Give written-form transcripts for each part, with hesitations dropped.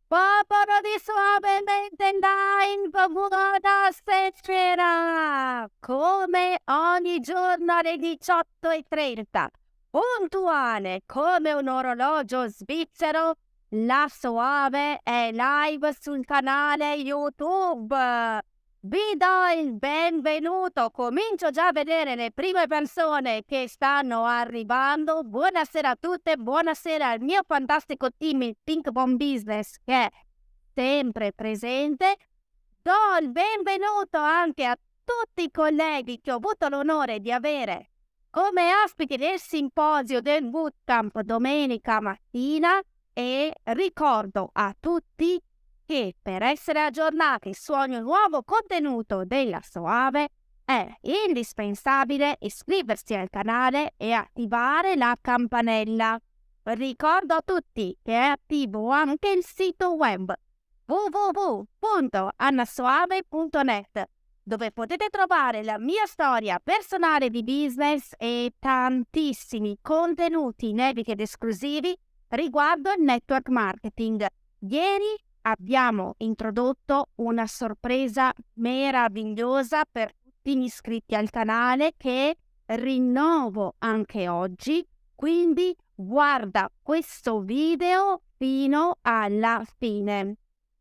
Popolo di Suavemente Live, buonasera! Come ogni giorno alle 18:30, puntuale come un orologio svizzero, la Soave è live sul canale YouTube. Vi do il benvenuto, comincio già a vedere le prime persone che stanno arrivando. Buonasera a tutte, buonasera al mio fantastico team, il Pink Bomb Business, che è sempre presente. Do il benvenuto anche a tutti i colleghi che ho avuto l'onore di avere come ospiti del simposio del bootcamp domenica mattina e ricordo a tutti che per essere aggiornati su ogni nuovo contenuto della Soave è indispensabile iscriversi al canale e attivare la campanella. Ricordo a tutti che è attivo anche il sito web www.annasoave.net, dove potete trovare la mia storia personale di business e tantissimi contenuti inediti ed esclusivi riguardo il network marketing. Ieri abbiamo introdotto una sorpresa meravigliosa per tutti gli iscritti al canale che rinnovo anche oggi, quindi guarda questo video fino alla fine.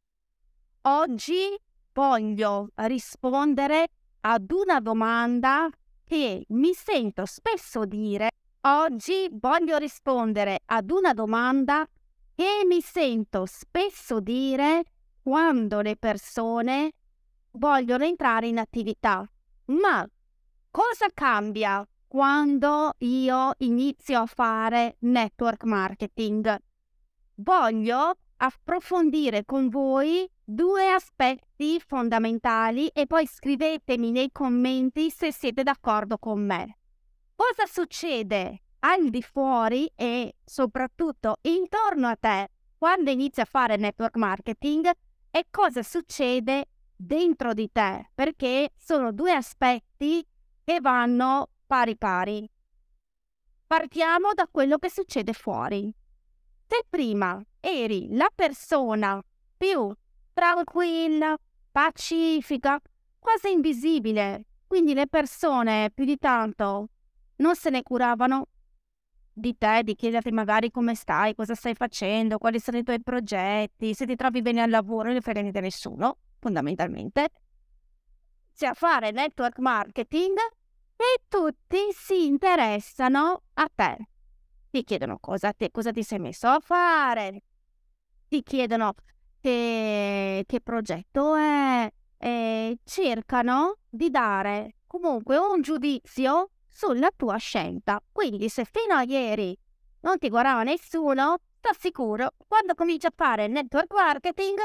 Oggi voglio rispondere ad una domanda che mi sento spesso dire. Oggi voglio rispondere ad una domanda che mi sento spesso dire quando le persone vogliono entrare in attività. Ma cosa cambia quando io inizio a fare network marketing? Voglio approfondire con voi due aspetti fondamentali e poi scrivetemi nei commenti se siete d'accordo con me. Cosa succede al di fuori e soprattutto intorno a te quando inizi a fare network marketing e cosa succede dentro di te, perché sono due aspetti che vanno pari pari. Partiamo da quello che succede fuori. Se prima eri la persona più tranquilla, pacifica, quasi invisibile, quindi le persone più di tanto non se ne curavano di te, di chiederti magari come stai, cosa stai facendo, quali sono i tuoi progetti, se ti trovi bene al lavoro, non ne frega niente a nessuno, fondamentalmente. Inizi a fare network marketing e tutti si interessano a te. Ti chiedono cosa ti sei messo a fare, ti chiedono che progetto è, e cercano di dare comunque un giudizio sulla tua scelta. Quindi se fino a ieri non ti guardava nessuno, sto sicuro, quando cominci a fare network marketing,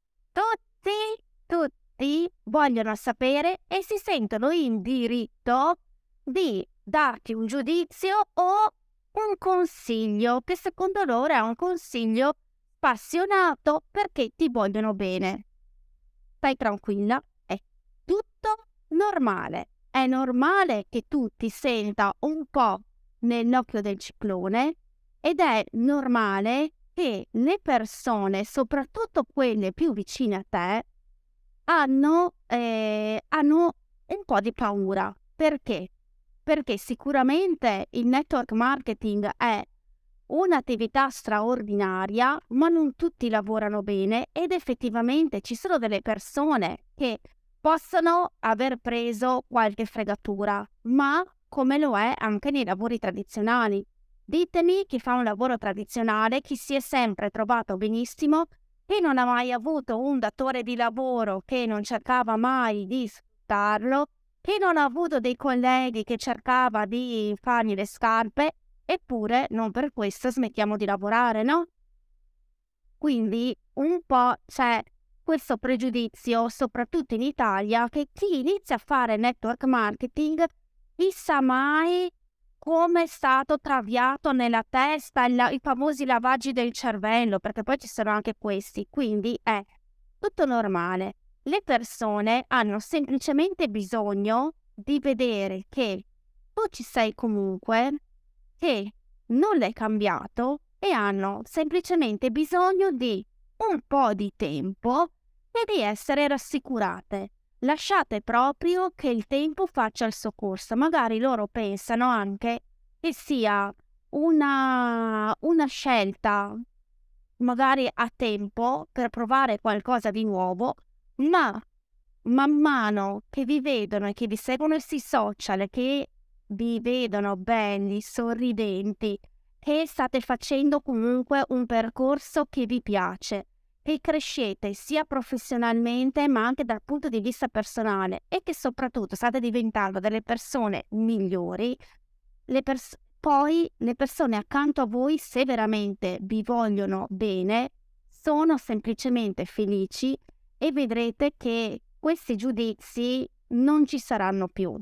tutti vogliono sapere e si sentono in diritto di darti un giudizio o un consiglio, che secondo loro è un consiglio appassionato perché ti vogliono bene. Stai tranquilla, è tutto normale. È normale che tu ti senta un po' nell'occhio del ciclone ed è normale che le persone, soprattutto quelle più vicine a te, hanno un po' di paura. Perché? Perché sicuramente il network marketing è un'attività straordinaria, ma non tutti lavorano bene ed effettivamente ci sono delle persone che possono aver preso qualche fregatura, ma come lo è anche nei lavori tradizionali. Ditemi chi fa un lavoro tradizionale, chi si è sempre trovato benissimo, chi non ha mai avuto un datore di lavoro che non cercava mai di sfruttarlo, chi non ha avuto dei colleghi che cercava di fargli le scarpe. Eppure non per questo smettiamo di lavorare, no? Quindi un po' c'è questo pregiudizio, soprattutto in Italia, che chi inizia a fare network marketing chissà mai come è stato traviato nella testa i famosi lavaggi del cervello, perché poi ci sono anche questi. Quindi è tutto normale. Le persone hanno semplicemente bisogno di vedere che tu ci sei comunque, che non l'hai cambiato e hanno semplicemente bisogno di un po' di tempo e di essere rassicurate. Lasciate proprio che il tempo faccia il suo corso. Magari loro pensano anche che sia una scelta magari a tempo per provare qualcosa di nuovo, ma man mano che vi vedono e che vi seguono sui social e che vi vedono belli, sorridenti, che state facendo comunque un percorso che vi piace, che crescete sia professionalmente ma anche dal punto di vista personale e che soprattutto state diventando delle persone migliori, poi le persone accanto a voi, se veramente vi vogliono bene, sono semplicemente felici e vedrete che questi giudizi non ci saranno più.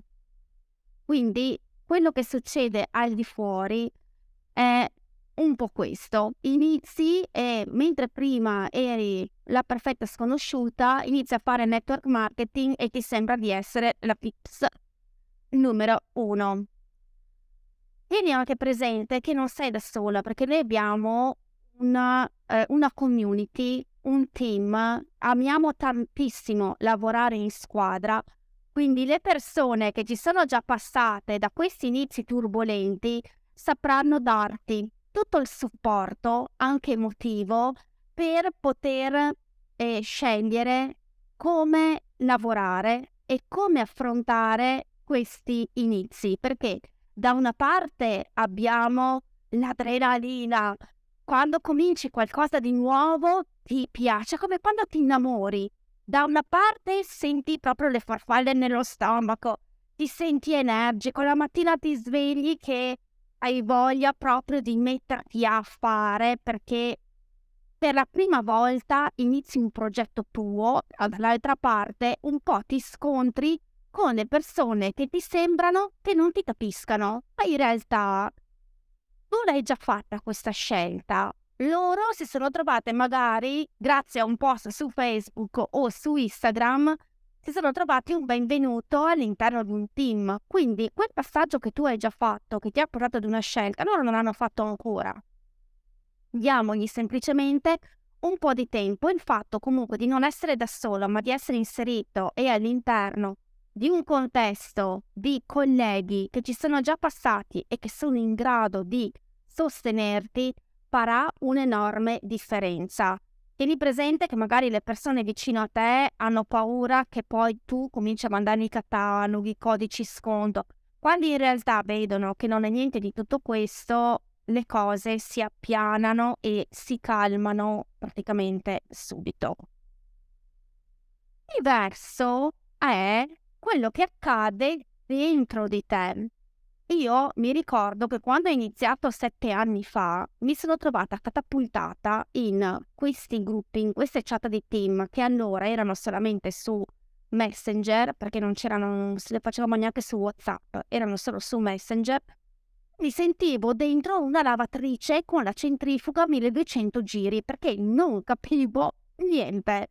Quindi quello che succede al di fuori è un po' questo. Inizi e mentre prima eri la perfetta sconosciuta, inizi a fare network marketing e ti sembra di essere la pips numero 1. Tieni anche presente che non sei da sola, perché noi abbiamo una community, un team, amiamo tantissimo lavorare in squadra, quindi le persone che ci sono già passate da questi inizi turbolenti sapranno darti tutto il supporto, anche emotivo, per poter scegliere come lavorare e come affrontare questi inizi, perché da una parte abbiamo l'adrenalina, quando cominci qualcosa di nuovo ti piace, come quando ti innamori. Da una parte senti proprio le farfalle nello stomaco, ti senti energico, la mattina ti svegli che hai voglia proprio di metterti a fare perché per la prima volta inizi un progetto tuo, dall'altra parte un po' ti scontri con le persone che ti sembrano che non ti capiscano, ma in realtà tu l'hai già fatta questa scelta. Loro si sono trovate magari, grazie a un post su Facebook o su Instagram, si sono trovati un benvenuto all'interno di un team. Quindi quel passaggio che tu hai già fatto, che ti ha portato ad una scelta, loro non hanno fatto ancora. Diamogli semplicemente un po' di tempo. Il fatto comunque di non essere da solo, ma di essere inserito e all'interno di un contesto di colleghi che ci sono già passati e che sono in grado di sostenerti farà un'enorme differenza. Tieni presente che magari le persone vicino a te hanno paura che poi tu cominci a mandargli i cataloghi, codici sconto, quando in realtà vedono che non è niente di tutto questo, le cose si appianano e si calmano praticamente subito. Diverso è quello che accade dentro di te. Io mi ricordo che quando ho iniziato 7 anni fa, mi sono trovata catapultata in questi gruppi, in queste chat di team che allora erano solamente su Messenger, perché non se le facevamo neanche su WhatsApp, erano solo su Messenger. Mi sentivo dentro una lavatrice con la centrifuga a 1200 giri perché non capivo niente.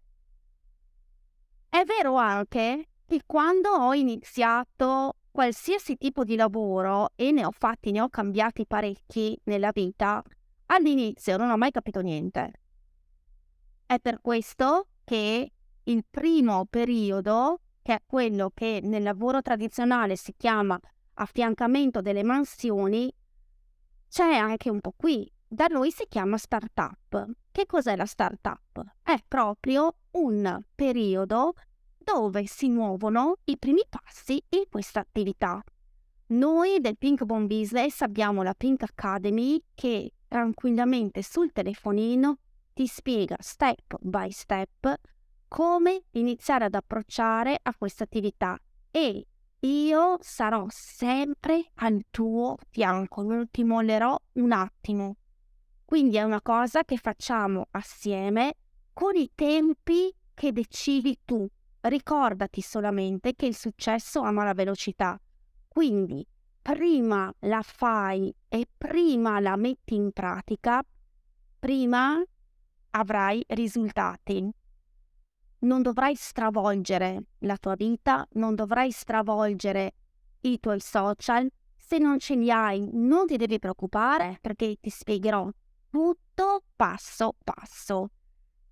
È vero anche che quando ho iniziato qualsiasi tipo di lavoro e ne ho cambiati parecchi nella vita, all'inizio non ho mai capito niente. È per questo che il primo periodo, che è quello che nel lavoro tradizionale si chiama affiancamento delle mansioni, c'è anche un po' qui. Da noi si chiama startup. Che cos'è la startup? È proprio un periodo dove si muovono i primi passi in questa attività. Noi del Pink Bomb Business abbiamo la Pink Academy che tranquillamente sul telefonino ti spiega step by step come iniziare ad approcciare a questa attività e io sarò sempre al tuo fianco, non ti mollerò un attimo. Quindi è una cosa che facciamo assieme con i tempi che decidi tu. Ricordati solamente che il successo ama la velocità. Quindi prima la fai e prima la metti in pratica, prima avrai risultati. Non dovrai stravolgere la tua vita, non dovrai stravolgere i tuoi social. Se non ce li hai, non ti devi preoccupare perché ti spiegherò tutto passo passo.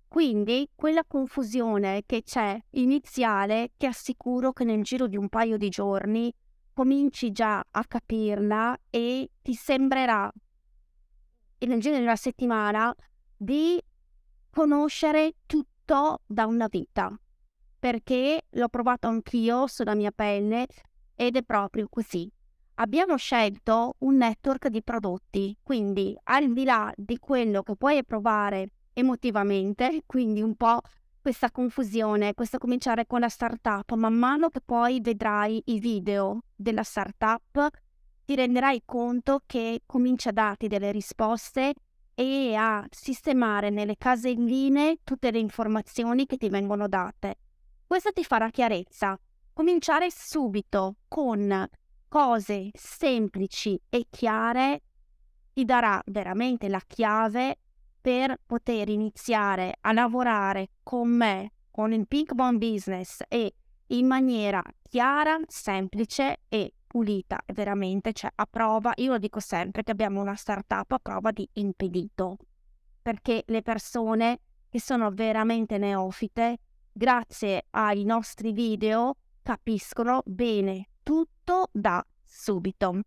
Quindi quella confusione che c'è iniziale, ti assicuro che nel giro di un paio di giorni cominci già a capirla e ti sembrerà, e nel giro di una settimana, di conoscere tutto da una vita, perché l'ho provato anch'io sulla mia pelle ed è proprio così. Abbiamo scelto un network di prodotti, quindi al di là di quello che puoi provare emotivamente, quindi un po' questa confusione, questo cominciare con la startup, man mano che poi vedrai i video della startup, ti renderai conto che comincia a darti delle risposte e a sistemare nelle caselline tutte le informazioni che ti vengono date. Questo ti farà chiarezza. Cominciare subito con cose semplici e chiare ti darà veramente la chiave per poter iniziare a lavorare con me, con il Pink Bomb Business e in maniera chiara, semplice e pulita, e veramente, cioè a prova, io lo dico sempre che abbiamo una startup a prova di impedito, perché le persone che sono veramente neofite, grazie ai nostri video, capiscono bene tutto da subito.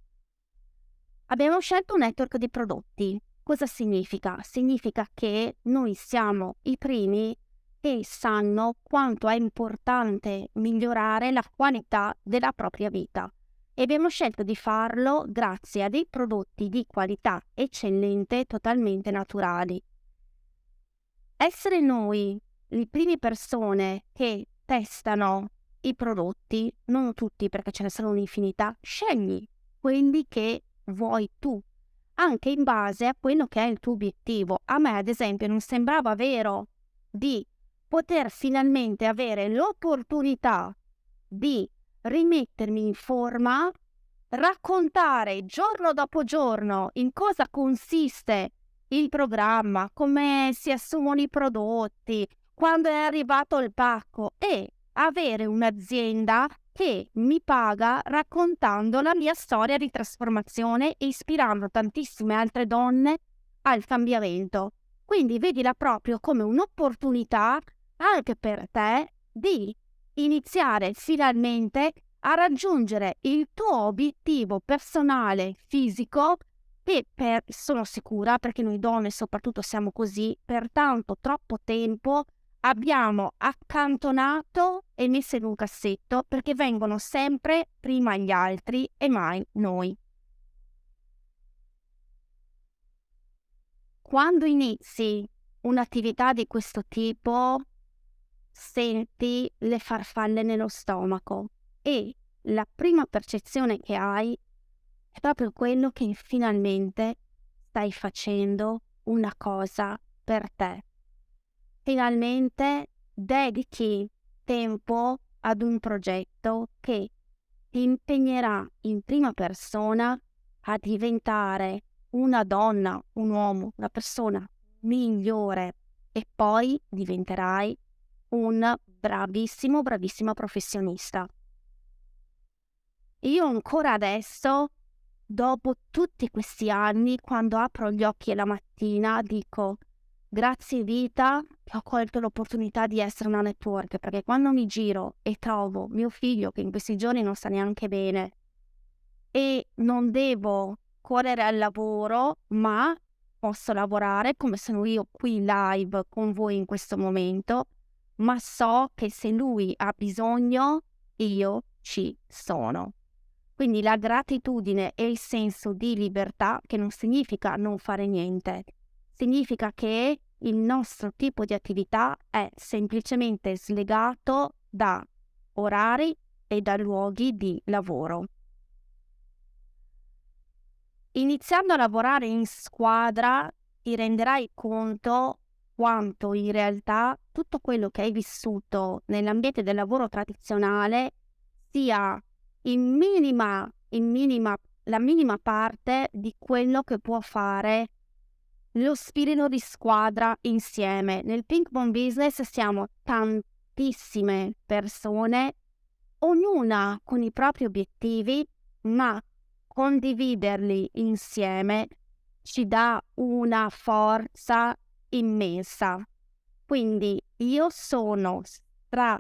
Abbiamo scelto un network di prodotti. Cosa significa? Significa che noi siamo i primi che sanno quanto è importante migliorare la qualità della propria vita e abbiamo scelto di farlo grazie a dei prodotti di qualità eccellente, totalmente naturali. Essere noi le prime persone che testano i prodotti, non tutti perché ce ne sono un'infinità, scegli quelli che vuoi tu, anche in base a quello che è il tuo obiettivo. A me, ad esempio, non sembrava vero di poter finalmente avere l'opportunità di rimettermi in forma, raccontare giorno dopo giorno in cosa consiste il programma, come si assumono i prodotti, quando è arrivato il pacco e avere un'azienda che mi paga raccontando la mia storia di trasformazione e ispirando tantissime altre donne al cambiamento. Quindi vedila proprio come un'opportunità anche per te di iniziare finalmente a raggiungere il tuo obiettivo personale fisico che sono sicura, perché noi donne soprattutto siamo così, per tanto troppo tempo abbiamo accantonato e messo in un cassetto perché vengono sempre prima gli altri e mai noi. Quando inizi un'attività di questo tipo, senti le farfalle nello stomaco e la prima percezione che hai è proprio quello che finalmente stai facendo una cosa per te. Finalmente dedichi tempo ad un progetto che ti impegnerà in prima persona a diventare una donna, un uomo, una persona migliore e poi diventerai un bravissima professionista. Io ancora adesso, dopo tutti questi anni, quando apro gli occhi la mattina, dico grazie vita che ho colto l'opportunità di essere una network, perché quando mi giro e trovo mio figlio che in questi giorni non sta neanche bene e non devo correre al lavoro, ma posso lavorare come sono io qui live con voi in questo momento, ma so che se lui ha bisogno, io ci sono. Quindi la gratitudine e il senso di libertà, che non significa non fare niente, significa che il nostro tipo di attività è semplicemente slegato da orari e da luoghi di lavoro. Iniziando a lavorare in squadra ti renderai conto quanto in realtà tutto quello che hai vissuto nell'ambiente del lavoro tradizionale sia la minima parte di quello che può fare lo spirito di squadra insieme. Nel Pink Bomb Business siamo tantissime persone, ognuna con i propri obiettivi, ma condividerli insieme ci dà una forza immensa. Quindi io sono stra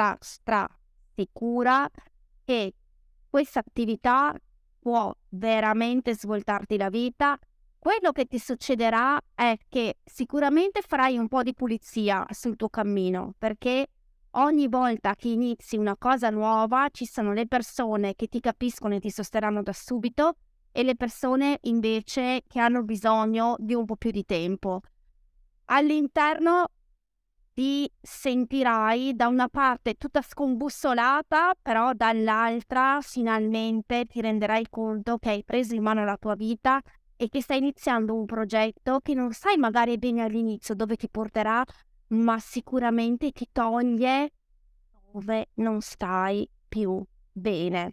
sicura che questa attività può veramente svoltarti la vita. Quello che ti succederà è che sicuramente farai un po' di pulizia sul tuo cammino, perché ogni volta che inizi una cosa nuova ci sono le persone che ti capiscono e ti sosterranno da subito e le persone invece che hanno bisogno di un po' più di tempo. All'interno ti sentirai da una parte tutta scombussolata, però dall'altra finalmente ti renderai conto che hai preso in mano la tua vita e che stai iniziando un progetto che non sai magari bene all'inizio dove ti porterà, ma sicuramente ti toglie dove non stai più bene.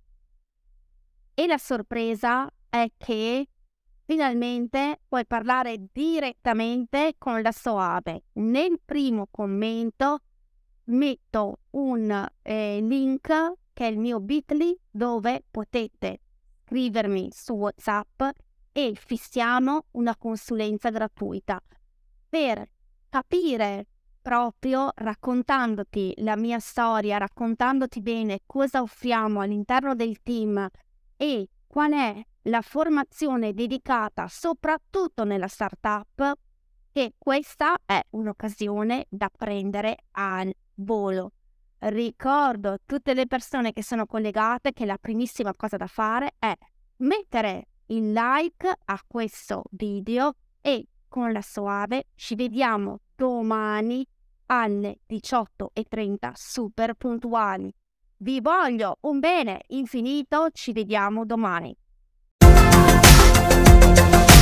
E la sorpresa è che finalmente puoi parlare direttamente con la Soave. Nel primo commento metto un link che è il mio Bitly, dove potete scrivermi su WhatsApp e fissiamo una consulenza gratuita per capire proprio, raccontandoti la mia storia, raccontandoti bene cosa offriamo all'interno del team e qual è la formazione dedicata soprattutto nella startup, che questa è un'occasione da prendere al volo. Ricordo a tutte le persone che sono collegate che la primissima cosa da fare è mettere il like a questo video e con la Soave ci vediamo domani alle 18:30 super puntuali. Vi voglio un bene infinito, ci vediamo domani.